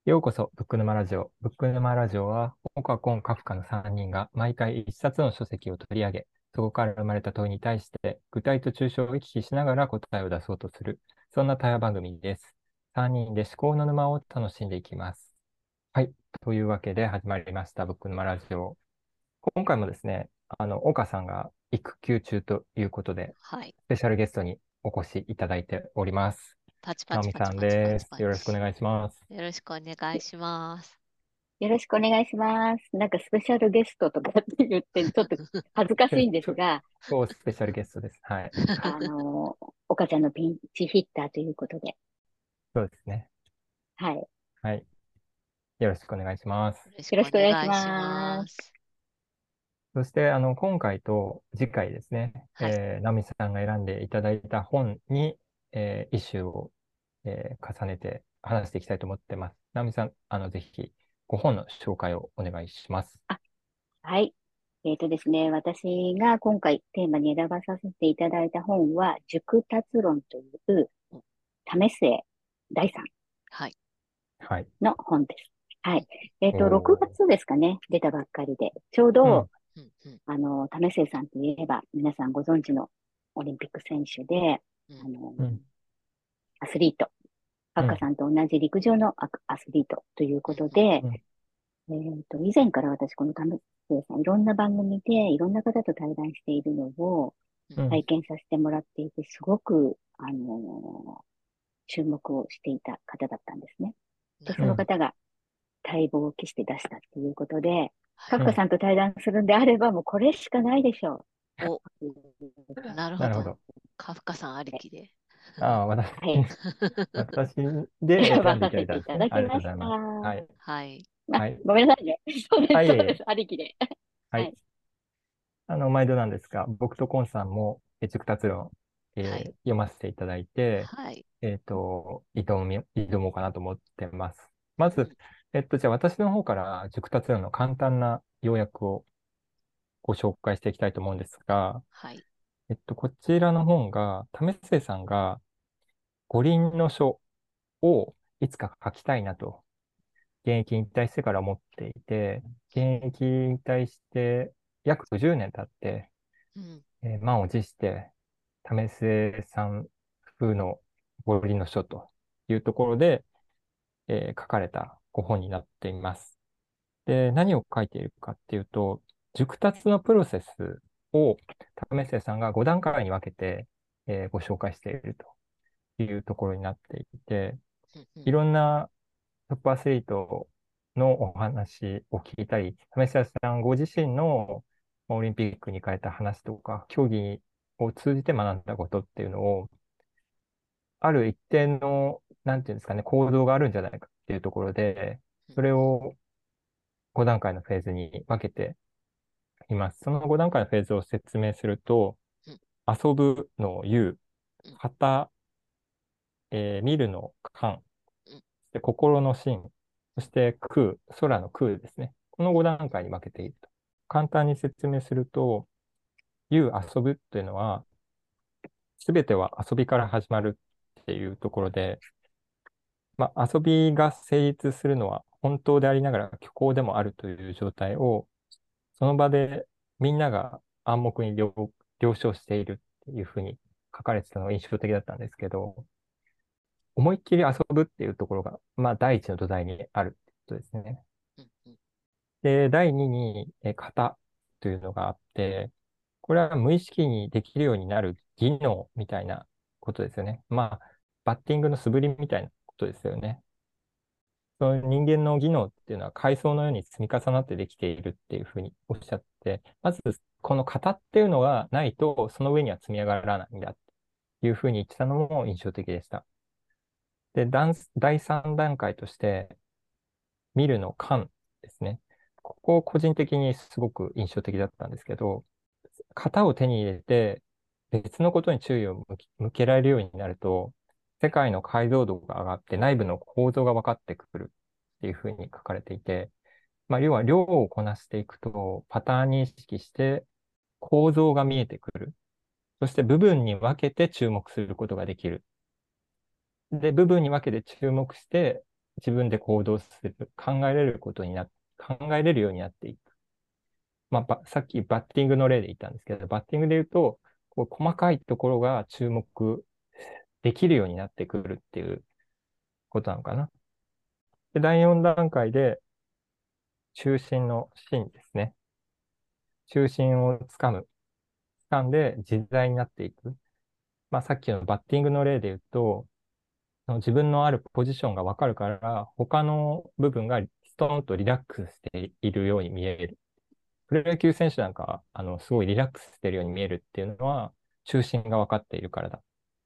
ようこそ、ブック沼ラジオ。ブック沼ラジオは、オカコン、カフカの3人が毎回一冊の書籍を取り上げ、そこから生まれた問いに対して、具体と抽象を行き来しながら答えを出そうとする、そんな対話番組です。3人で思考の沼を楽しんでいきます。はい。というわけで始まりました、ブック沼ラジオ。今回もですね、岡さんが育休中ということで、 はい。 スペシャルゲストにお越しいただいております。 パチパチ直美さんパチパチパです。 チパチ。 よろしくお願いします。 よろしくお願いします。 よろしくお願いします。なんかスペシャルゲストとかって言って、ちょっと恥ずかしいんでちょすが、 超スペシャルゲストです。はい。 あの、岡ちゃんのピンチヒッターということで、 そうですね。 はい。 はい。よろしくお願いします。 よろしよろくおしくお願いし願いします。 ます。 そして、今回と次回ですね、 はい。 ナミさんが選んでいただいた本に、一首を、重ねて話していきたいと思ってます。ナミさん、ぜひ、ご本の紹介をお願いします。 あ、はい。ですね、私が今回テーマに選ばさせていただいた本は、熟達論というお為末大さんはい。 はい。 の本です。はい。6 おー。 月ですかね、出たばっかりで、ちょううん。 ど、 うん、うん、 為末さんといえば、皆さんご存知のオリンピック選手で、 うん、 あの、 うん。 アスリート、カうん。 ッカさんと同じ陸上のアスリートといううん、 ことで、 うん。 以前から私、この為末さん、いろんな番組でいろんな方と対談しているのをうん、 うん。 体験させてもらっていて、すごく、注目をしていた方だったんですね。で、そうん。 の方が待望を期して出したということで、 はい。 カッカさんと対談するんであれば、もうこれしかないでしょお、 う。 なるほど。 なるほど。 カフカさんありきで。 ああ、私、 はい。 私で選んでいただ選ばさせていいたんですね。ありがとうただきました。 ございます。はい。 はい。 あ、 はい。 ごめんなさいね。そうです、 はい。いえいえ。 そうです。ありきで。 はい。 はい。 毎度なんですが、僕とコンさんも、熟達論、 はい。 読ませていただいて、 はい。 挑もうかなと思ってます。まず、 うん、 じゃあ私の方から熟達論の簡単な要約をご紹介していきたいと思うんですが、 はい。 こちらの本が、為末さんが五輪の書をいつか書きたいなと、現役引退してから思っていて、現役引退して約10年経って、 うん、 満を持して、為末さん風の五輪の書というところで、書かれたご本になっています。で、何を書いているかっていうと、熟達のプロセスを為末さんが5段階に分けて、ご紹介しているというところになっていて、 うん、うん、 いろんなトップアスリートのお話を聞いたり、為末さんご自身のオリンピックに行かれた話とか、競技を通じて学んだことっていうのを、ある一定の、なんていうんですかね、構造があるんじゃないかっていうところで、 うん、 それを5段階のフェーズに分けています。その5段階のフェーズを説明すると、 うん、 遊ぶの遊、 うん、 旗、見るの観、 うん、 で心の心、そして空、空の空ですね。この5段階に分けていると。簡単に説明すると、遊、遊ぶというのは、すべては遊びから始まるっていうところで、まあ、遊びが成立するのは本当でありながら虚構でもあるという状態を、その場でみんなが暗黙に了承しているっていうふうに書かれてたのが印象的だったんですけど、思いっきり遊ぶっていうところが、まあ、第一の土台にあるってことですね。 うん、うん、 で、第二に、型というのがあって、これは無意識にできるようになる技能みたいなことですよね。まあ、バッティングの素振りみたいなことですよね。そういう人間の技能っていうのは階層のように積み重なってできているっていうふうにおっしゃって、まずこの型っていうのがないと、その上には積み上がらないんだっていうふうに言ってたのも印象的でした。で、第3段階として、見るの感ですね。ここ個人的にすごく印象的だったんですけど、型を手に入れて別のことに注意を向けられるようになると、世界の解像度が上がって内部の構造が分かってくるっていうふうに書かれていて、まあ、要は量をこなしていくとパターン認識して構造が見えてくる。そして部分に分けて注目することができる。で、部分に分けて注目して自分で行動する、考えれるようになっていく。まあ、さっきバッティングの例で言ったんですけど、バッティングで言うと、こう細かいところが注目できるようになってくるっていうことなのかな。で、第4段階で中心の芯ですね。中心を掴んで自在になっていく。まあ、さっきのバッティングの例で言うと、その自分のあるポジションがわかるから、他の部分がストーンとリラックスしているように見える。プロ野球選手なんか、すごいリラックスしているように見えるっていうのは、中心が分かっているからだ。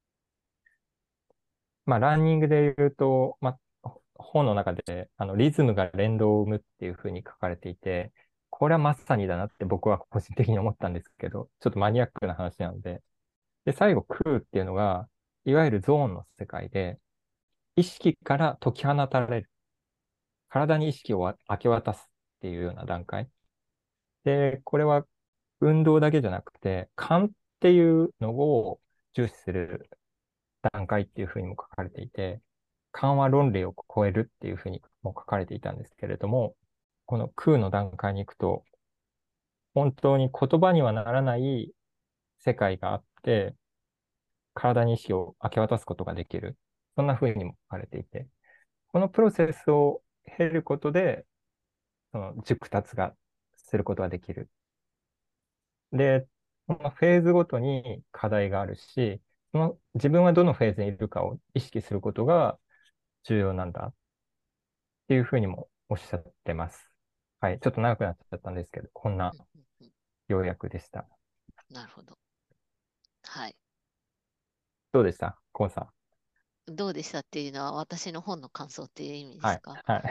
まあ、ランニングで言うと、まあ、本の中で、リズムが連動を生むっていうふうに書かれていて、これはまさにだなって僕は個人的に思ったんですけど、ちょっとマニアックな話なので。で、最後、空っていうのが、いわゆるゾーンの世界で、意識から解き放たれる。体に意識を明け渡すっていうような段階。で、これは運動だけじゃなくて、勘っていうのを重視する段階っていうふうにも書かれていて、勘は論理を超えるっていうふうにも書かれていたんですけれども、この空の段階に行くと、本当に言葉にはならない世界があって、体に意識を明け渡すことができる。そんなふうにも書かれていて、このプロセスを経ることで、その熟達がすることができる。で、このフェーズごとに課題があるし、その自分はどのフェーズにいるかを意識することが重要なんだっていうふうにもおっしゃってます。はい。ちょっと長くなっちゃったんですけど、こんなうんうんうん。 要約でした。 なるほど。はい。 どうでしたコンさん？ どうでしたっていうのは私の本の感想っていう意味ではい。 すか？ はい。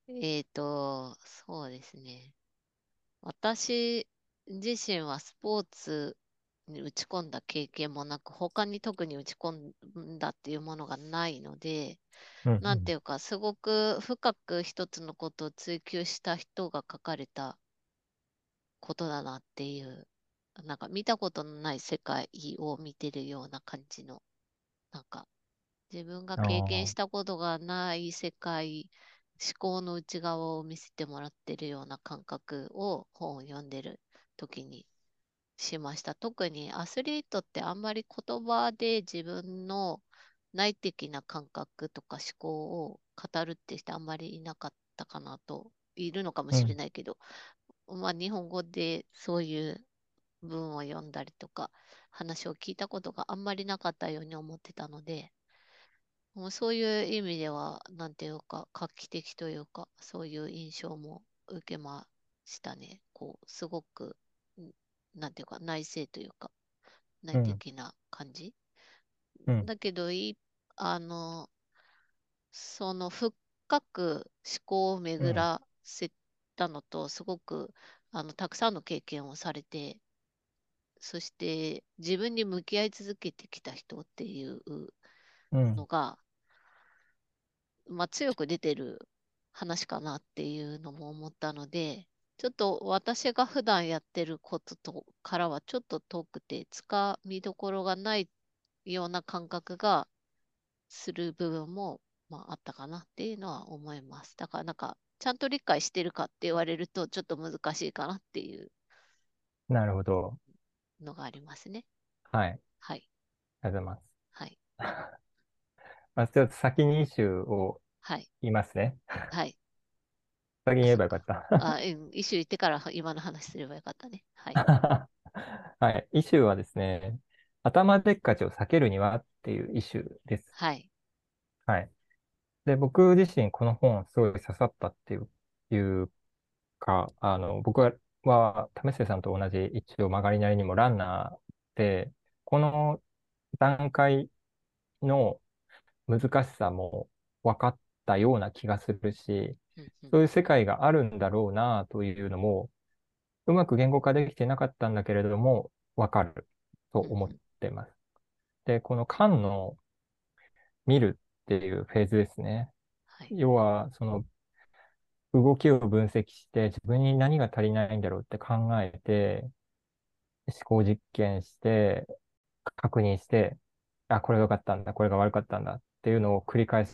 そうですね。私自身はスポーツに打ち込んだ経験もなく、他に特に打ち込んだっていうものがないので、 うん、 なんていうか、すごく深く一つのことを追求した人が書かれたことだなっていう、なんか見たことのない世界を見てるような感じの、なんか自分がうん。 経験ああ、 したことがない世界、思考の内側を見せてもらってるような感覚を本を読んでる時にしました。特にアスリートってあんまり言葉で自分の内的な感覚とか思考を語るって人あんまりいなかったかなと、いるのかもしれうん、 ないけど、まあ日本語でそういう文を読んだりとか話を聞いたことがあんまりなかったように思ってたので、もうそういう意味では、なんていうか、画期的というか、そういう印象も受けましたね。こう、すごく、なんていうか、内省というか、内うん、 的な感じ。 うん、 だけど、あの、その深く思考をうん、 巡らせたのと、すごく、たくさんの経験をされて、そして自分に向き合い続けてきた人っていううん、 のが、まあ、強く出てる話かなっていうのも思ったので、ちょっと私が普段やってることとからはちょっと遠くて、つかみどころがないような感覚がする部分も、まあ、あったかなっていうのは思います。だからなんか、ちゃんと理解してるかって言われると、ちょっと難しいかなっていうなるほど。 のがありますね。 はい。ありはい。 がとうございます。 はい。 まあ、ちょっと先にイシューをはい。 言いますね。 はい。 先にあ、 言えばよかっそっか。 た。 あ、うん、一周行ってから今の話すればよかったね。はい。 はい。イシューはですね、頭でっかちを避けるにはっていうイシューです。 はい。 はい。で、僕自身この本すごい刺さったっていうか、僕は為末さんと同じ一応曲がりなりにもランナーで、この段階の難しさも分かったような気がするし、 うんうん。 そういう世界があるんだろうなというのも、うまく言語化できてなかったんだけれども、分かると思っうんうん。 てます。で、この間の見るっていうフェーズですね。 はい。 要は、その動きを分析して、自分に何が足りないんだろうって考えて、思考実験して、確認して、あ、これが良かったんだ、これが悪かったんだっていうのを繰り返すっ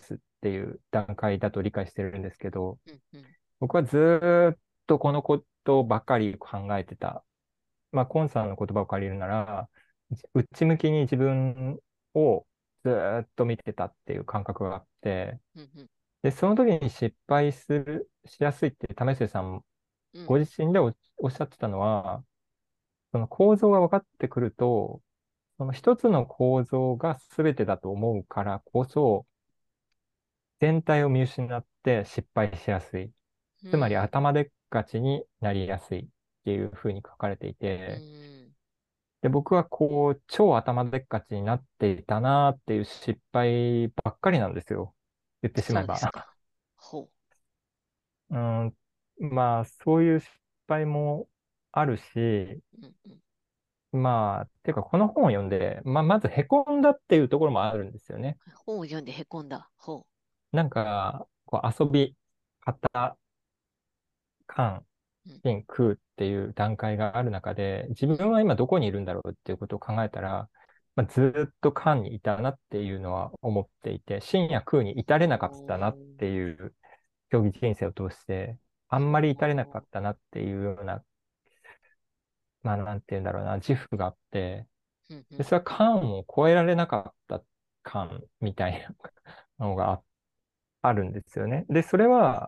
っていう段階だと理解してるんですけど、 うんうん。 僕はずーっとこのことばかり考えてた。まあ、コンさんの言葉を借りるなら、内向きに自分をずーっと見てたっていう感覚があって、 うんうん。 で、その時にしやすいって為末さんうん。 ご自身でおっしゃってたのは、その構造が分かってくると、その一つの構造が全てだと思うからこそ、全体を見失って失敗しやすい。つまりうん。 頭でっかちになりやすいっていうふうに書かれていうて、 ん。 で、僕はこう、超頭でっかちになっていたなっていう失敗ばっかりなんですよ。言ってしまえば。 そうですか。ほうん、まあ、そういう失敗もあるし、 う。うんうん。 まあ、ていうか、この本を読んで、まず凹んだっていうところもあるんですよね。 本を読んでへこんだ。ほなんか、こう遊び、型、感、 う。うん真、空っていう段階がある中で、自うん。 分は今どこにいるんだろうっていうことを考えたら、まあ、ずーっと感にいたなっていうのは思っていて、真や空に至れなかったなっおー。 ていう競技人生を通して、あんまり至れなかおー。 ったなっていうような、まあなんて言うんだろうな、自負があって、で、 うんうん。 それは感を超えられなかった感みたいなのがあるんですよね。で、それは、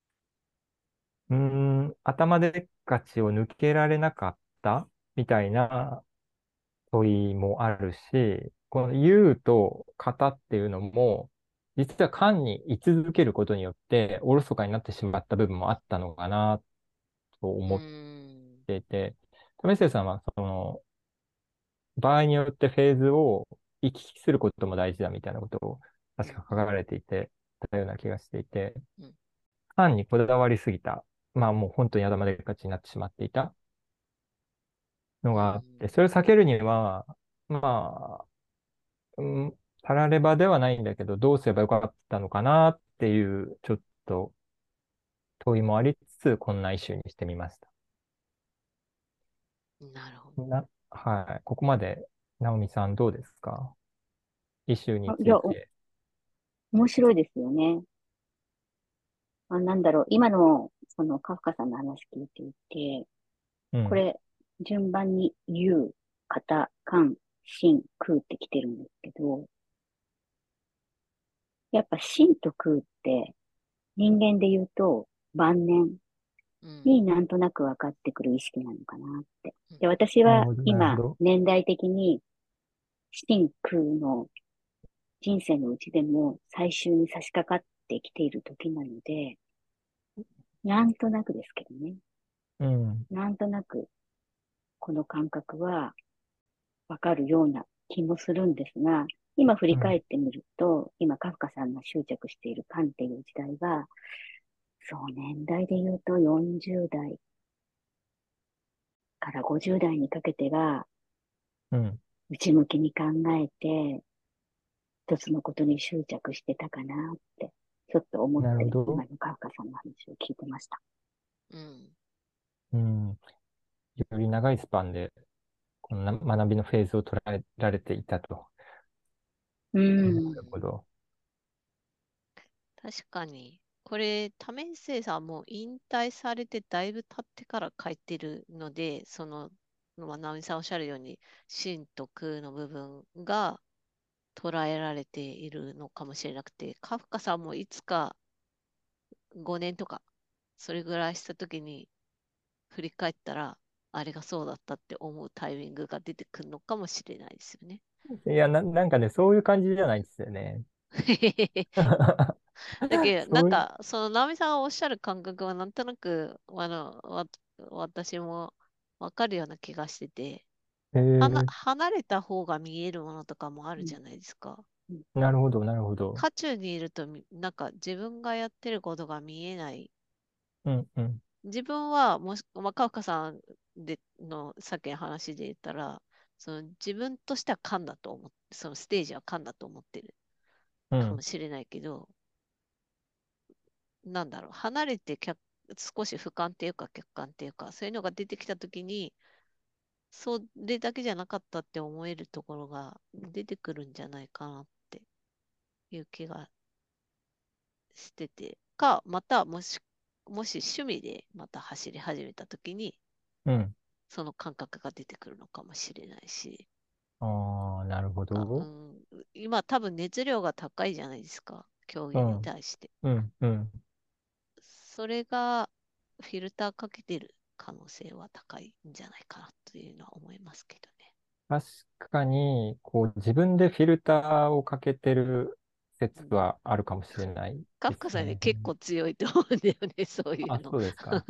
頭でっかちを抜けられなかったみたいな問いもあるし、この言と型っていうのも、実は観に居続けることによって、おろそかになってしまった部分もあったのかなとう思っーん。 ていて、為末さんはその場合によってフェーズを行き来することも大事だみたいなことを確か書うんうん。 かれていて、たような気がしていて、 うん観にこだわりすぎた。まあもう本当に頭でっかちになってしまっていたのうがあって、 ん。 それを避けるには、まあ、たらればではないんだけど、どうすればよかったのかなっていう、ちょっと問いもありつつ、こんなイシューにしてみました。 なるほど。 はい。ここまで、ナオミさんどうですか？イシューにいや、 ついて。 面白いですよね。なんだろう、今の、そのカフカさんの話聞いていて、 うん。 これ、順番に有、型、感、心、空って来てるんですけど、やっぱ心と空って人間で言うと晩年うん。 になんとなく分かってくる意識なのかなって。 うんで、私はなるほど、なるほ今、 ど。 年代的に心空の人生のうちでも最終に差し掛かってきている時なので、なんとなくですけどね。 うん。 なんとなくこの感覚はわかるような気もするんですが、今振り返うん。 ってみると、今カフカさんが執着している感っていう時代は、そう年代で言うと40代から50代にかけてがうん。 内向きに考えて一つのことに執着してたかなってちょっと思っなるてほど。 今のカフカさんの話を聞いてました。 うん。 うん。より長いスパンで、この学びのフェーズを捉えられていたと。 うなるん。 ほど。 確かに。これ、多面生さんも引退されてだいぶ経ってから書いてるので、直美さんおっしゃるように、真と空の部分が捉えられているのかもしれなくて、カフカさんもいつか5年とか、それぐらいした時に振り返ったら、あれがそうだったって思うタイミングが出てくるのかもしれないですよね。 いや、なんかね、そういう感じじゃないんですよね。 だけど、 そういう、 直美さんがおっしゃる感覚はなんとなく、私もわかるような気がしてて、 ー、 離れた方が見えるものとかもあるじゃないですか。 なるほど、なるほど。 渦中にいるとなんか自分がやってることが見えない。 うん、うん、 自分は、カフカさんのさっきの話で言ったら、その自分としては勘だと思って、そのステージは勘だと思ってるうん、 かもしれないけど、なんだろう、離れて少し俯瞰っていうか客観っていうか、そういうのが出てきたときに、それだけじゃなかったって思えるところが出てくるんじゃないかなっていう気がしてて、またもし趣味でまた走り始めたときに、 うん。 その感覚が出てくるのかもしれないし、 ああ、なるほど。 今多分熱量が高いじゃないですか、競技にうん。 対して。 うん。うん。 それがフィルターかけてる可能性は高いんじゃないかなというのは思いますけどね。 確かに、こう、自分でフィルターをかけてる説うん、 はあるかもしれないカフカさんね、 ですね。 結構強いと思うんだよね、そういうあ、 の。 そうですか。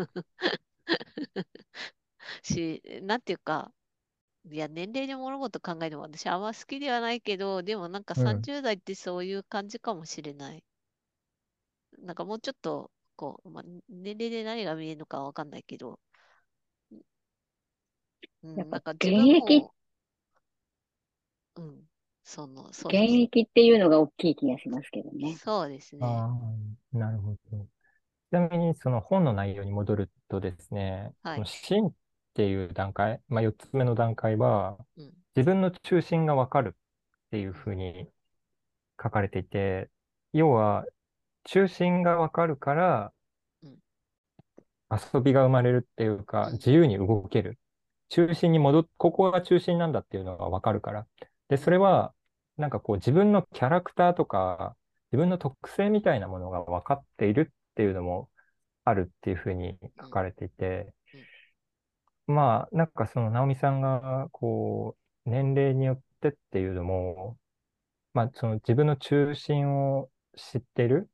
なんていうか、いや、年齢で物事考えても私あんま好きではないけど、でもなんかうん。 30代ってそういう感じかもしれない。なんかもうちょっと、まあ、年齢で何が見えるのかわかんないけど、 やっぱなんか自分現役、 も、うん、そう現です。 役っていうのが大きい気がしますけどね。 そうですね。 ああ、なるほど。ちなみに、その本の内容に戻るとですね、 はい。 その心っていう段階、まあ、4つ目の段階は、 うん、 自分の中心がわかるっていううん、 ふうに書かれていて、要は、中心がわかるから、 うん、 遊びが生まれるっていうか、 うん、 自由に動ける。中心にここが中心なんだっていうのがわかるから。で、 うん、 それは、なんかこう自分のキャラクターとか、自分の特性みたいなものが分かっているっていうのもあるっていうふうにうん、 書かれていて、 うん、 まあ、なんかその直美さんが、こう、年齢によってっていうのも、まあ、その自分の中心を知ってる、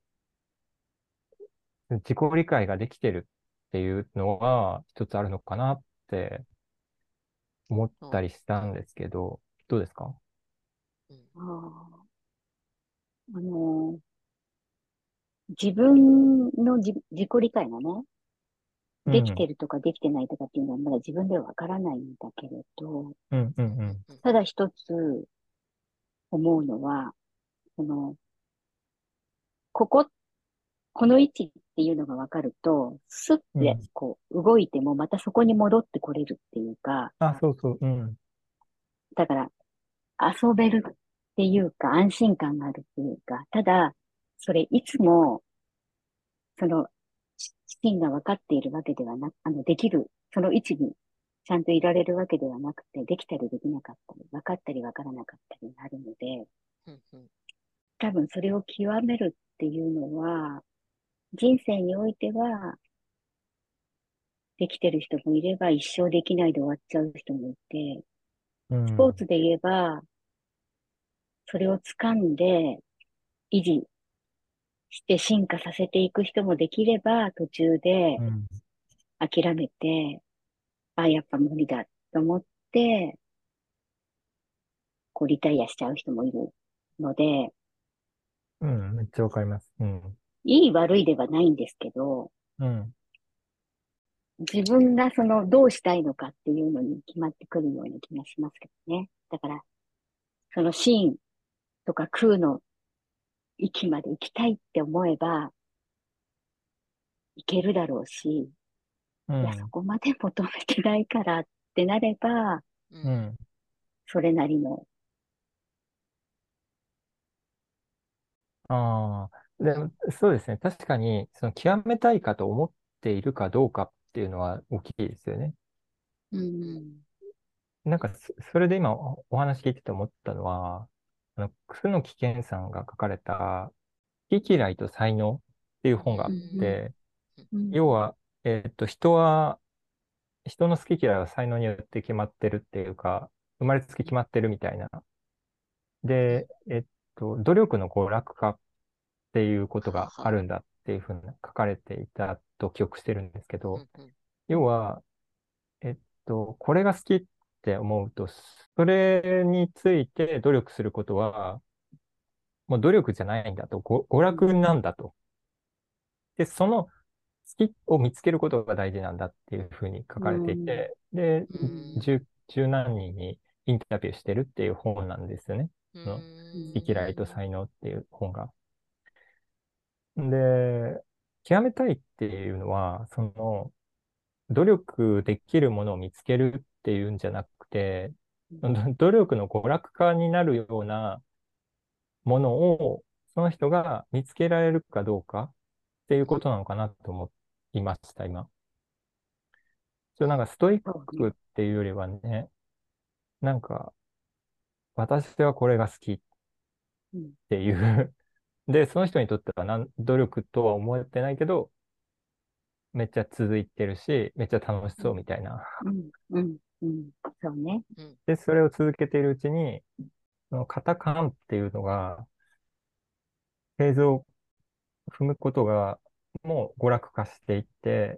自己理解ができてるっていうのは一つあるのかなって思ったそりしたんですけど、どうですか？ う、うん、 ああ、あの、自分の自己理解がね、できてうん、 るとかできてないとかっていうのはまだ自分ではわからないんだけれど、 うん、うん、 うん、うん、 うん、 うん、 ただ一つ思うのは、その、ここ、この位置っていうのがわかると、スッてうん。 こう動いてもまたそこに戻ってこれるっていうか、 あ、そうそう、うん、 だから遊べるっていうか安心感があるっていうか、ただ、それいつもその、芯が分かっているわけではなく、できる、その位置にちゃんといられるわけではなくて、できたりできなかったり、分かったり分からなかったりがあるので、 うん、うん、 多分それを極めるっていうのは、人生においては、できてる人もいれば、一生できないで終わっちゃう人もいて、スポーうん、 ツで言えば、それを掴んで、維持して進化させていく人もできれば、途中でうん、 諦めて、あ、やっぱ無理だと思って、こうリタイアしちゃう人もいるので、 うん、めっちゃわかります。うん、 いい悪いではないんですけど、 うん、 自分がそのどうしたいのかっていうのに決まってくるような気がしますけどね。だから、そのシーンとか空の域まで行きたいって思えば、行けるだろうし、いや、そうん、 こまで求めてないからってなれば、 うん、 うん。 それなりの、 ああ、で、 うん、 そうですね。確かに、その極めたいかと思っているかどうかっていうのは大きいですよね。 ううん、 ん、 なんかそれで今お話聞いてて思ったのは、楠木健さんが書かれた、好き嫌いと才能っていううん、 本があっうん、 て、 うん、 要は、人の好き嫌いは才能によって決まってるっていうか、生まれつき決まってるみたいな。 うん、 で、努力の娯楽化っていうことはは、 があるんだっていうふうに書かれていたと記憶してるんですけど、 うん、うん、 うん、 要は、えっこれが好きって思うと、それについて努力することは、もう努力じゃないんだと、娯うん、 楽なんだと。で、その好きを見つけることが大事なんだっていうふうに書うかれていん、 て、で、 ううん十何人にインタビューしてるっていう本なんですよね。 ん、 そのう好き嫌いとん、 才能っていう本が。で、極めたいっていうのは、その、努力できるものを見つけるっていうんじゃなくて、努力の娯楽化になるようなものをその人が見つけられるかどうかっていうことなのかなと思いました、今。なんかストイッそうね。 クっていうよりはね、なんか私はこれが好きっうん、 ていうで、その人にとっては努力とは思ってないけど、めっちゃ続いてるし、めっちゃ楽しうん、 そうみたいな。 うん、うん、うん。そうね。 うん。 で、それを続けているうちに、その型感っていうのが、フェーズを踏むことが、もう娯楽化していって、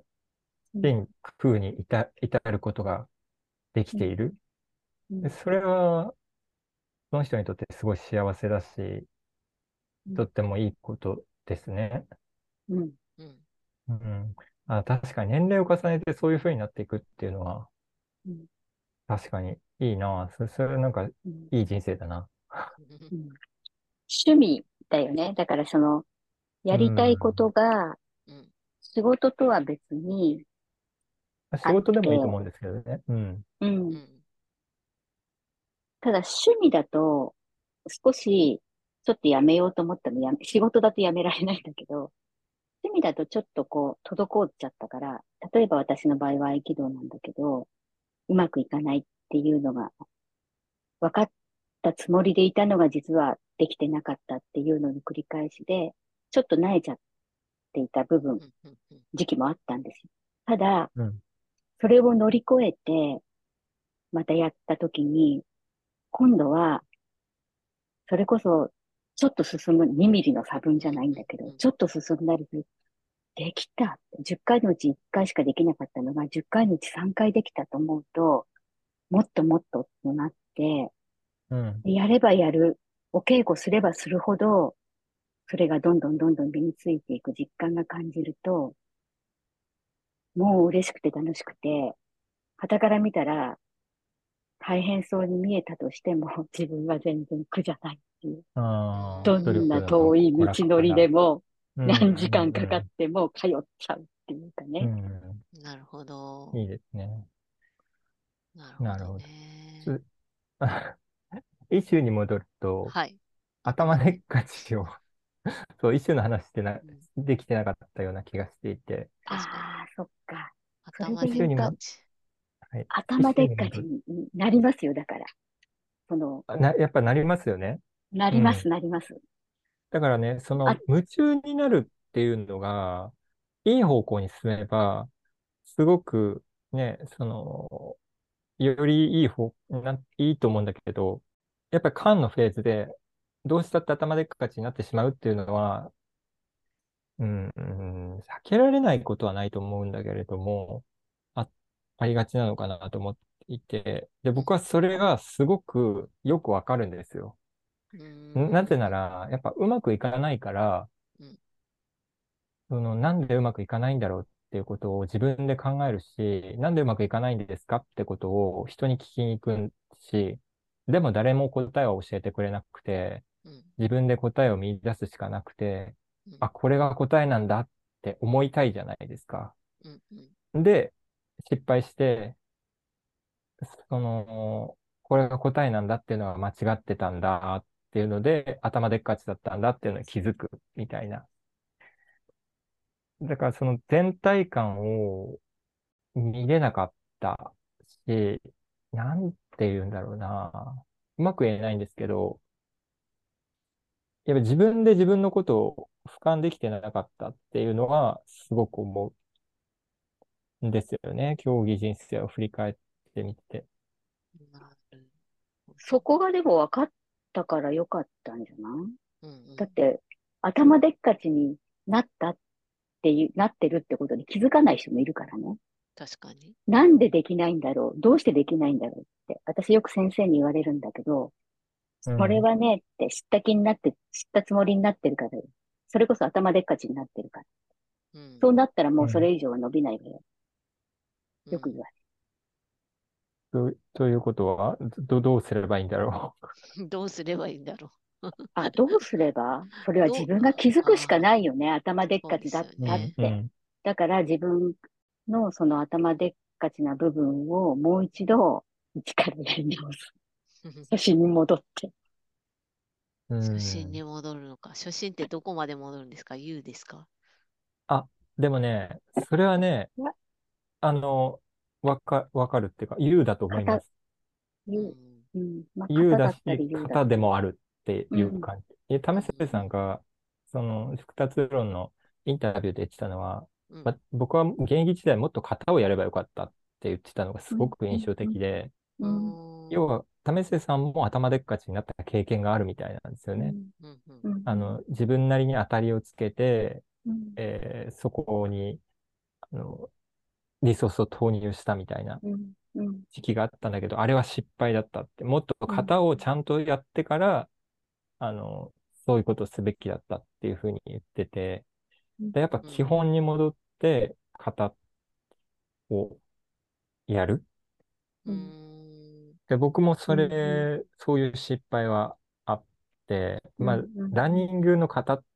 うん、 真空に至ることができうん、 ている。で、 うん、 それは、その人にとってすごい幸せだし、 うん、 とってもいいことですね。 うん、 うん。 うん。確かに年齢を重ねてそういう風になっていくっていうのは、 うん、 確かにいいな。それなんかうん、 いい人生だな。 うん。趣味だよね。だからやうりたいことん。 がうん。 仕事とは別にあっ仕事でもいいとて、 思うんですけどね。うん。 うん。 うん。 ただ趣味だと少しちょっとやめようと思っても仕事だとやめられないんだけど、趣味だとちょっと滞っちゃったから、例えば私の場合は合気道なんだけど、うまくいかないっていうのが分かったつもりでいたのが実はできてなかったっていうのの繰り返しで、ちょっと萎えちゃっていた部分、 うん。うん。うん。 時期もあったんですよ。ただ、 うん。 それを乗り越えて、またやった時に、今度は、それこそ、ちょっと進む、2ミリの差分じゃないんだけど、 うん。 ちょっと進んだりする。できた。10回のうち1回しかできなかったのが、10回のうち3回できたと思うと、もっともっととなって、 うん。 やればやる、お稽古すればするほど、それがどんどんどんどん身についていく実感が感じると、もう嬉しくて楽しくて、傍から見たら大変そうに見えたとしても、自分は全然苦じゃないっていう。 うど努んなん。 力の遠い娯道のりで楽から。 も、 うん。 何時間かかっうん。 ても通っちゃうっていうかうね。 ん。 なるほど。 いいですね。 なるほどなるほど。 ね。 つ、イシューに戻ると、 はい。頭で。 頭でっかちをそう、イシューの話してうん。 できてなかったような気がしていて、 確かに。 ああ、そっか。それ頭でっで言うと、 イシューにも、 かち。 はい、イ頭でシューに戻る。 っかちになりますよ、だから。その、 やっぱなりますよね。 なります、 うん。 なります。 だからね、そあ、 の夢中になるっていうのが、いい方向に進めば、すごくね、よりいいと思うんだけど、やっぱり間のフェーズで、どうしたって頭でっかちになってしまうっていうのは、避けられないことはないと思うんだけれども、あ、ありがちなのかなと思っていて、で、 うん。 僕はそれがすごくよくわかるんですよ。 うなぜなん。 ら、やっぱうまくいかないから、 うん。 なんでうまくいかないんだろうっていうことを自分で考えるし、なんでうまくいかないんですかってことを人に聞きに行くし、でも誰も答えを教えてくれなくて、 うん。 自分で答えを見出すしかなくて、 うん。 あ、これが答えなんだって思いたいじゃないですか。 うん。うん。 で、失敗して、これが答えなんだっていうのは間違ってたんだっていうので、頭でっかちだったんだっていうのに気づくみたいな。だからその全体感を見れなかったし、なんて言うんだろうな。うまく言えないんですけど、やっぱ自分で自分のことを俯瞰できてなかったっていうのはすごく思うんですよね。競技人生を振り返ってみて。 なるほど。 そこがでも分かったからよかったんじゃない？ うん。うん。 だって、頭でっかちになったなってるってことに気づかない人もいるからね。 確かに。 なんでできないんだろう、どうしてできないんだろうって、私よく先生に言われるんだけど、それうん。 はねって知った気になって、知ったつもりになってるからよ。それこそ頭でっかちになってるから。 うん。 そうなったらもうそうん。 れ以上は伸びないわよ。 うん。 よく言われということは、どうすればいいんだろどうすればいいんだろう。 る。あ、どうすればそれは自どう、 分が気づくしかああ、 ないよね。頭でっそうですかちだっう。うよね。 ん。うたって。 ん。 だから自分のその頭でっかちな部分をもう一度一からやり直す。初心に戻って。 う初心ん。 に戻るのか。初心ってどこまで戻るんですか？ U ですか？ あ、でもね、それはね、 いや、 あの、わかるっていうか、言うだと思いま型、 す。 う言う、 ん。 うん。まあ、型だ言うだし、 ったり言うだっ型でたり。 もあるってうん、 いう感じ。為末うん。 さんが、その、復活論のインタビューで言ってたのは、 うん。 僕は現役時代もっと型をやればよかったって言ってたのがすうん、 ごく印象うん、 的で、 ううん、 要は、為末さんも頭でっかちになった経験があるみたいなんですよね。 うん、 うん。うん。 うん、うん、 自分なりに当たりをつけて、 うん、 そこに、あの、リソースを投入したみたいなうん、うん、 時期があったんだけど、あれは失敗だったって、もっとうん、 型をちゃんとやってから、あの、そういうことをすべきだったっていうふうに言ってて、で、やっぱうん。 基本に戻って型をやる。 ううん、 ん。 で、僕もそうん、うん、 れ、そういう失敗はあって、 うん、 まあ、 うん、 ランニングの型って、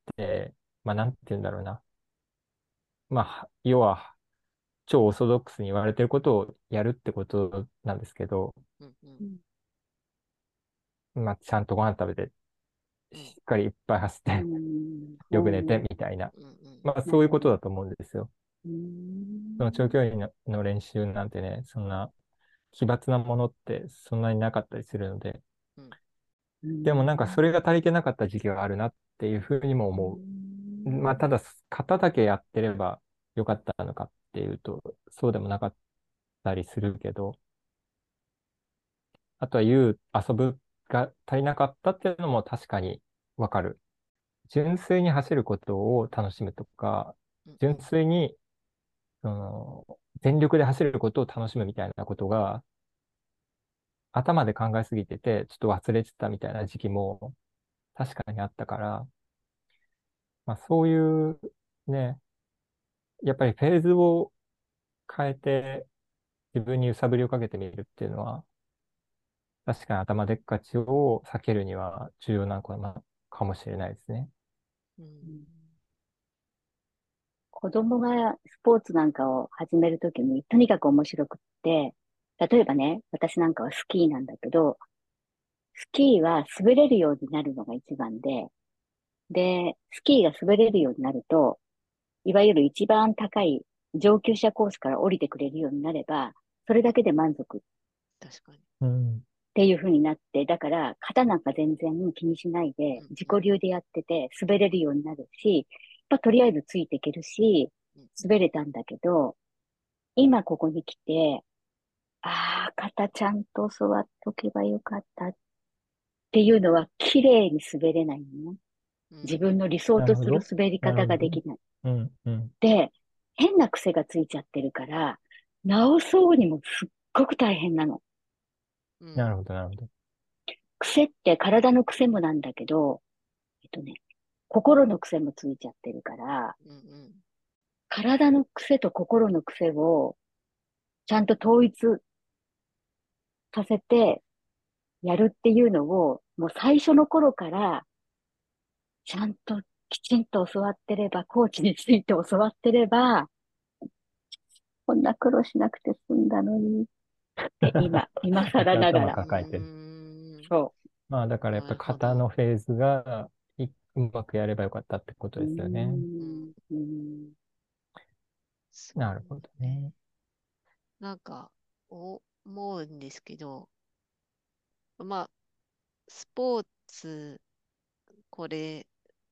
まあ、なんて言うんだろうな。まあ、要は、超オーソドックスに言われてることをやるってことなんですけど、 うん。うん。 うん、 まあ、ちゃんとご飯食べて、 うん。 しっかりいっぱい走っうて、 ん、 よく寝て、 うん、 みたいな。 うん。 まあ、そういうなるほど。 ことだと思うんですよ。 うその長ん、 距離の練習なんてね、そんな奇抜なものってそんなになかったりするので、 うん。 うでもなんかそれん、 が足りてなかった時期があるなっていうふうにもう思う。まあ、 ん、 ただ、型だけやってればよかったのかっていうと、そうでもなかったりするけど、あとは遊ぶが足りなかったっていうのも確かにわかる。純粋に走ることを楽しむとか、 うん。う純ん。 粋に、その、全力で走ることを楽しむみたいなことが、頭で考えすぎてて、ちょっと忘れてたみたいな時期も確かにあったから、まあそういうね、やっぱりフェーズを変えて自分に揺さぶりをかけてみるっていうのは、確かに頭でっかちを避けるには重要なのかもしれないですね。 うん。 うん。子供がスポーツなんかを始めるときに、とにかく面白くって、例えばね、私なんかはスキーなんだけど、スキーは滑れるようになるのが一番で、で、スキーが滑れるようになると、いわゆる一番高い上級者コースから降りてくれるようになれば、それだけで満足っ確かに。 うん。 ていう風になって、だから、型なんか全然気にしないで、 うん。 自己うん。 流でやってて、滑れるようになるし、まあ、とりあえずついていけるし、 うん。 滑れたんだけど、今ここに来て、ああ、型ちゃんと教わっとけばよかったっていうのは、綺麗に滑れないのね。 う自分のん。 理想とするなるほど。 滑り方なるほど。 ができない。 うん、うん。 で、変な癖がついちゃってるから、直そうにもすっごく大変なの。 うん。 なるほど、なるほど。 癖って体の癖もなんだけど、えっとね、心の癖もついちゃってるから、 うん。うん。 体の癖と心の癖をちゃんと統一させてやるっていうのを、もう最初の頃からちゃんときちんと教わってれば、コーチについて教わってれば、こんな苦労しなくて済んだのにって今めっちゃ頭更ながら。 う抱えてる。 ん。 そまあだからやっなぱり型るほど。 のフェーズがうまくやればよかったってことう。 ですよね。 うん。そうなるほどね。 ね。 なんか、思うんですけど、まあ、スポーツ、これ、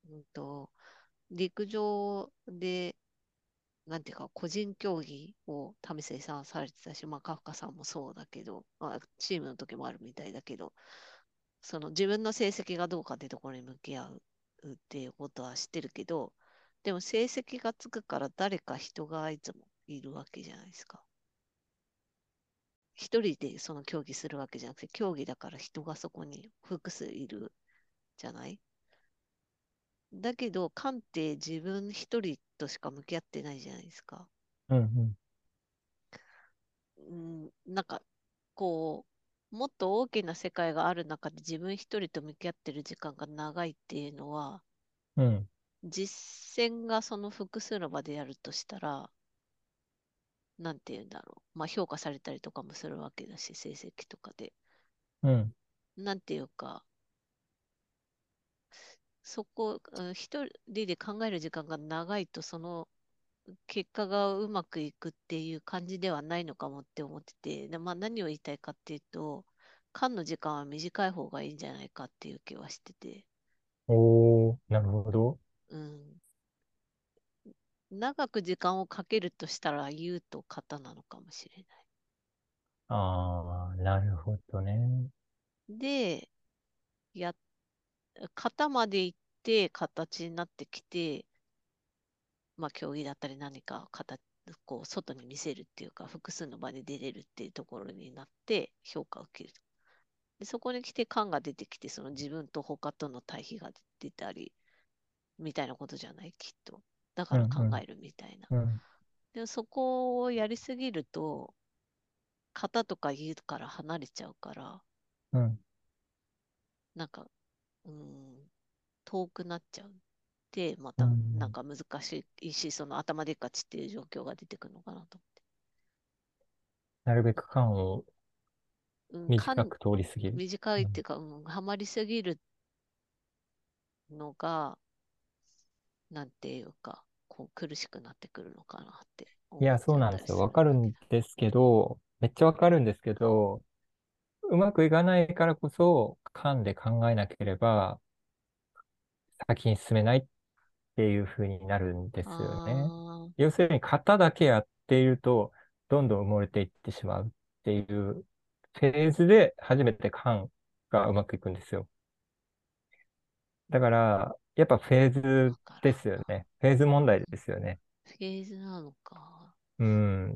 陸上で、なんていうか、個人競技を為末さんされてたし、まあ、カフカさんもそうだけど、まあ、チームの時もあるみたいだけど、その自分の成績がどうかっていうところに向き合うっていうことは知ってるけど、でも成績がつくから誰か人がいつもいるわけじゃないですか。一人でその競技するわけじゃなくて、競技だから人がそこに複数いるじゃない。だけど、カンって自分一人としか向き合ってないじゃないですか。 うん、 うん、なんか、こもっと大きな世界がある中で自分一人と向き合ってる時間が長いっていうのは、 うん、うん。 実践がその複数の場でやるとしたら、なんて言うんだろう。まあ、評価されたりとかもするわけだし、成績とかで。 うん。 なんていうか、 そこ、一人で考える時間が長いと、その結果がうまくいくっていう感じではないのかもって思ってて、まあ、何を言いたいかっていうと、間の時間は短い方がいいんじゃないかっていう気はしてて、 おー、なるほど。 うん、長く時間をかけるとしたら、言うと型なのかもしれない。 ああ、なるほどね。 で、や、型まで行って形になってきて、まあ、競技だったり何かこう外に見せるっていうか、複数の場で出れるっていうところになって評価を受けると。で、そこに来て感が出てきて、その自分と他との対比が出たり、みたいなことじゃない、きっと。だから考うん、 えるみたいな。 うん、うん、 でもそこをやりすぎると、型とか言うから離れちゃうから、 うん、 なんか、うん、遠くなっちゃう。で、まうたなんん。 か難しいし、その頭でっかちっていう状況が出てくるのかなとなるべく間を思って。 短く通り過ぎる。うん、 短いっていうか、ハマりすぎるのが、なんていうか、こう苦しくなってくるのかなっていや、 思っちゃっそうなんですよ。 たりするんわかるだけど。 んですけど、めっちゃわかるんですけど、うまくいかないからこそ、間で考えなければ先に進めないっていう風になるんですよね。 あ要するに型だけやっていると、どんどん埋もれていってしまうっていうフェーズで初めて間がうまくいくんですよ。だから、やっぱフェーあ、 ズわかですらんな。 よね。フェーズ問題ですよね。 フェーズなのか。 うん、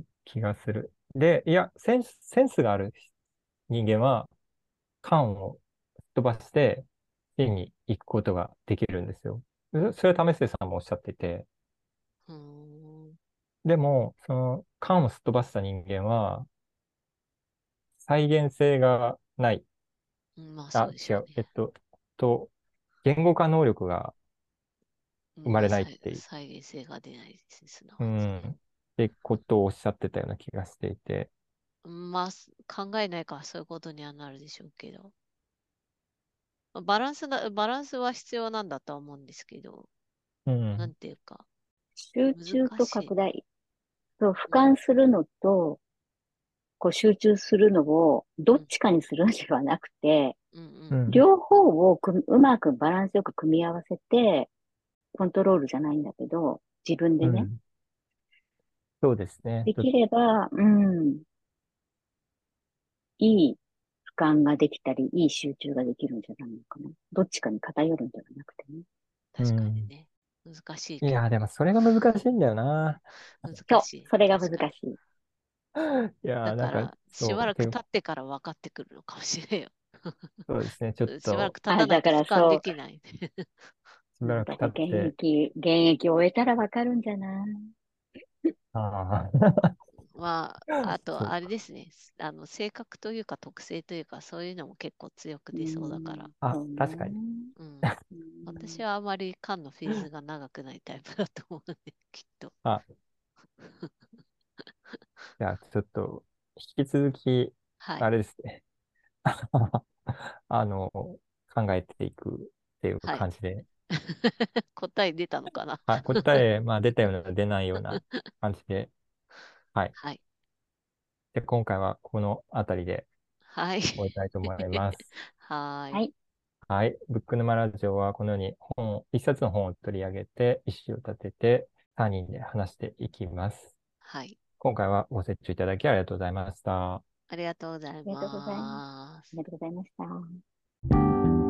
気がする。で、いや、センスがある人間は、間をすっ飛ばして、真に行くことができるんですよ。それは為末さんもおっしゃってて、 うーん。 でも、その間をすっ飛ばした人間は、再現性がない。 まあそうあ、 でし違う。 ょうね。 と、言語化能力が生まれないっていう、 再現性が出ないですね、すなうわちね。 ん、ってことをおっしゃってたような気がしていて、 まあ、考えないからそういうことにはなるでしょうけど。バランスは必要なんだとは思うんですけど、なんうん、 ていうか、 集難中としいな。 拡大。そう、俯うん、 瞰するのと、こう集中するのを、どっうん、 ちかにするのではなくて、 うん、うん。 うん、 両方をうまくバランスよく組み合わせて、コントロールじゃないんだけど、自分でね、 うん、そうですね。 できれば、いい俯瞰ができたり、いい集中ができるんじゃないのかな。どっちかに偏るんではなくてね。 確かにうん。 ね。難しいいや、 けど。 でもそれが難しいんだよな。 難しい。 そう、それが難確かに。 しい。 いや、なんか、 だから、しばそう、 らく経ってから分かってくるのかもしれんよ。 そうですね。ちょっしばらと、 く経たあ、 ないと俯だから瞰できそう、 ない。 しばらくだから経って、 現役を終えたらわかるんじゃない？ ああ、 まあ、あと、あれそうか。 ですね。性格というか特性というか、そういうのも結構強く出そうだから。 あ、 そう確かに。 ね。 うん。 う私ん、 はあまり缶のフェーズが長くないタイプだと思うんで、きっと。 あ、じゃあ、ちょっと、引き続き、 はい。 あれですね。考えていくっていうはい。 感じで、 答え出たのかな？ はい、答え、まあ、出たような、出ないような感じで、はい。 はい。 で、今回はこのあたりではい。 終えたいと思います。 はい。 はい。 はい。ブック沼ラジオはこのように一冊の本を取り上げて、意思を立てて、3人で話していきます。 はい。 今回はご清聴いただきありがとうございました。 ありがとうございありがとうございます。 ます。 ありがとうございました。